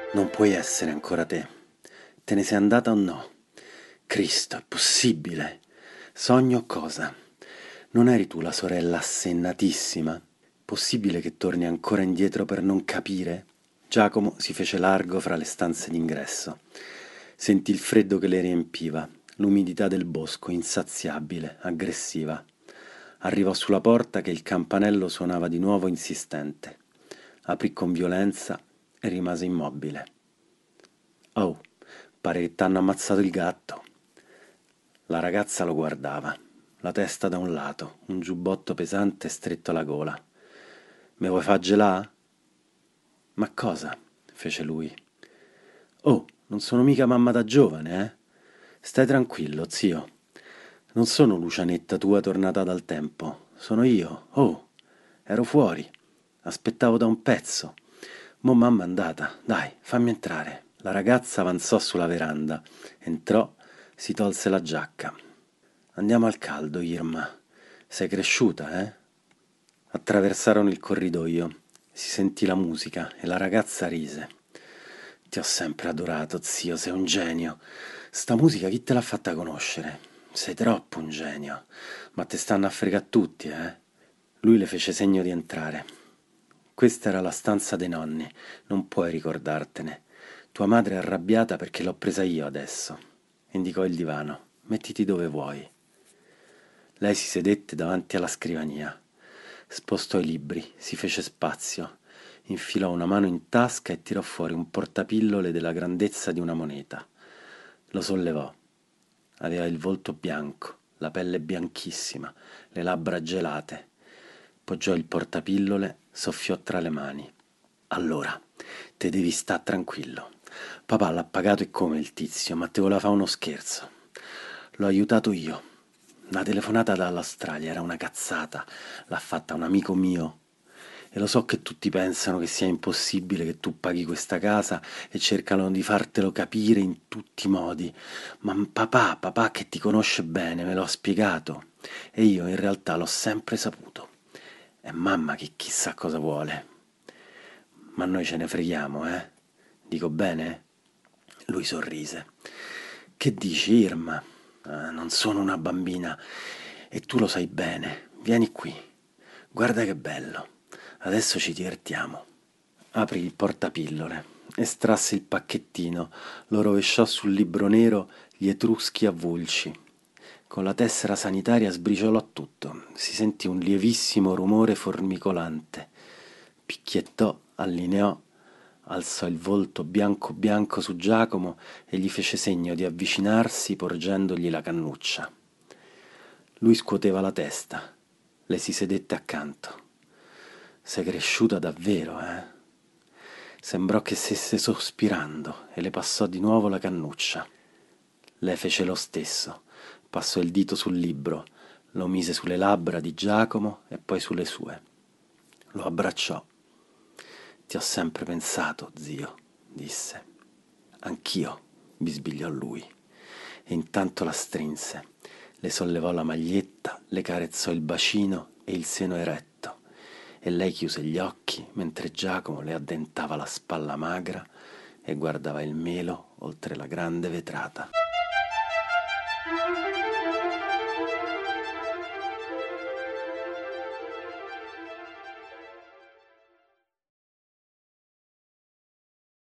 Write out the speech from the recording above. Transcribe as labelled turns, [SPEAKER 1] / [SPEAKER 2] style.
[SPEAKER 1] Non puoi essere ancora te. Te ne sei andata o no? Cristo, è possibile? Sogno cosa? Non eri tu la sorella assennatissima? Possibile che torni ancora indietro per non capire? Giacomo si fece largo fra le stanze d'ingresso. Sentì il freddo che le riempiva, l'umidità del bosco, insaziabile, aggressiva. Arrivò sulla porta che il campanello suonava di nuovo insistente. Aprì con violenza e rimase immobile. Oh, pare che t'hanno ammazzato il gatto. La ragazza lo guardava, la testa da un lato, un giubbotto pesante stretto alla gola. Me vuoi fa gelà? Ma cosa? Fece lui. Oh, non sono mica mamma da giovane, eh? Stai tranquillo, zio. Non sono Lucianetta tua tornata dal tempo. Sono io. Oh, ero fuori. Aspettavo da un pezzo. Mo mamma è andata. Dai, fammi entrare. La ragazza avanzò sulla veranda. Entrò, si tolse la giacca. Andiamo al caldo, Irma. Sei cresciuta, eh? Attraversarono il corridoio. Si sentì la musica e la ragazza rise. Ti ho sempre adorato, zio, sei un genio. Sta musica chi te l'ha fatta conoscere? Sei troppo un genio. Ma te stanno a fregare tutti, eh? Lui le fece segno di entrare. Questa era la stanza dei nonni, non puoi ricordartene. Tua madre è arrabbiata perché l'ho presa io adesso. Indicò il divano. Mettiti dove vuoi. Lei si sedette davanti alla scrivania. Spostò i libri, si fece spazio, infilò una mano in tasca e tirò fuori un portapillole della grandezza di una moneta. Lo sollevò. Aveva il volto bianco, la pelle bianchissima, le labbra gelate. Poggiò il portapillole, soffiò tra le mani. Allora, te devi sta tranquillo. Papà l'ha pagato e come il tizio, ma te voleva fa uno scherzo. L'ho aiutato io. Una telefonata dall'Australia era una cazzata, l'ha fatta un amico mio. E lo so che tutti pensano che sia impossibile che tu paghi questa casa e cercano di fartelo capire in tutti i modi. Ma papà che ti conosce bene, me lo ha spiegato. E io in realtà l'ho sempre saputo. È mamma che chissà cosa vuole. Ma noi ce ne freghiamo, eh? Dico bene? Lui sorrise. Che dici, Irma? Non sono una bambina e tu lo sai bene. Vieni qui. Guarda che bello. Adesso ci divertiamo. Aprì il portapillole, estrasse il pacchettino, lo rovesciò sul libro nero Gli Etruschi avulci. Con la tessera sanitaria sbriciolò tutto. Si sentì un lievissimo rumore formicolante. Picchiettò, allineò, alzò il volto bianco bianco su Giacomo e gli fece segno di avvicinarsi porgendogli la cannuccia. Lui scuoteva la testa. Le si sedette accanto. Sei cresciuta davvero, eh? Sembrò che stesse sospirando e le passò di nuovo la cannuccia. Lei fece lo stesso, passò il dito sul libro, lo mise sulle labbra di Giacomo e poi sulle sue. Lo abbracciò. Ti ho sempre pensato, zio, disse. Anch'io, bisbigliò lui, e intanto la strinse, le sollevò la maglietta, le carezzò il bacino e il seno eretto, e lei chiuse gli occhi mentre Giacomo le addentava la spalla magra e guardava il melo oltre la grande vetrata.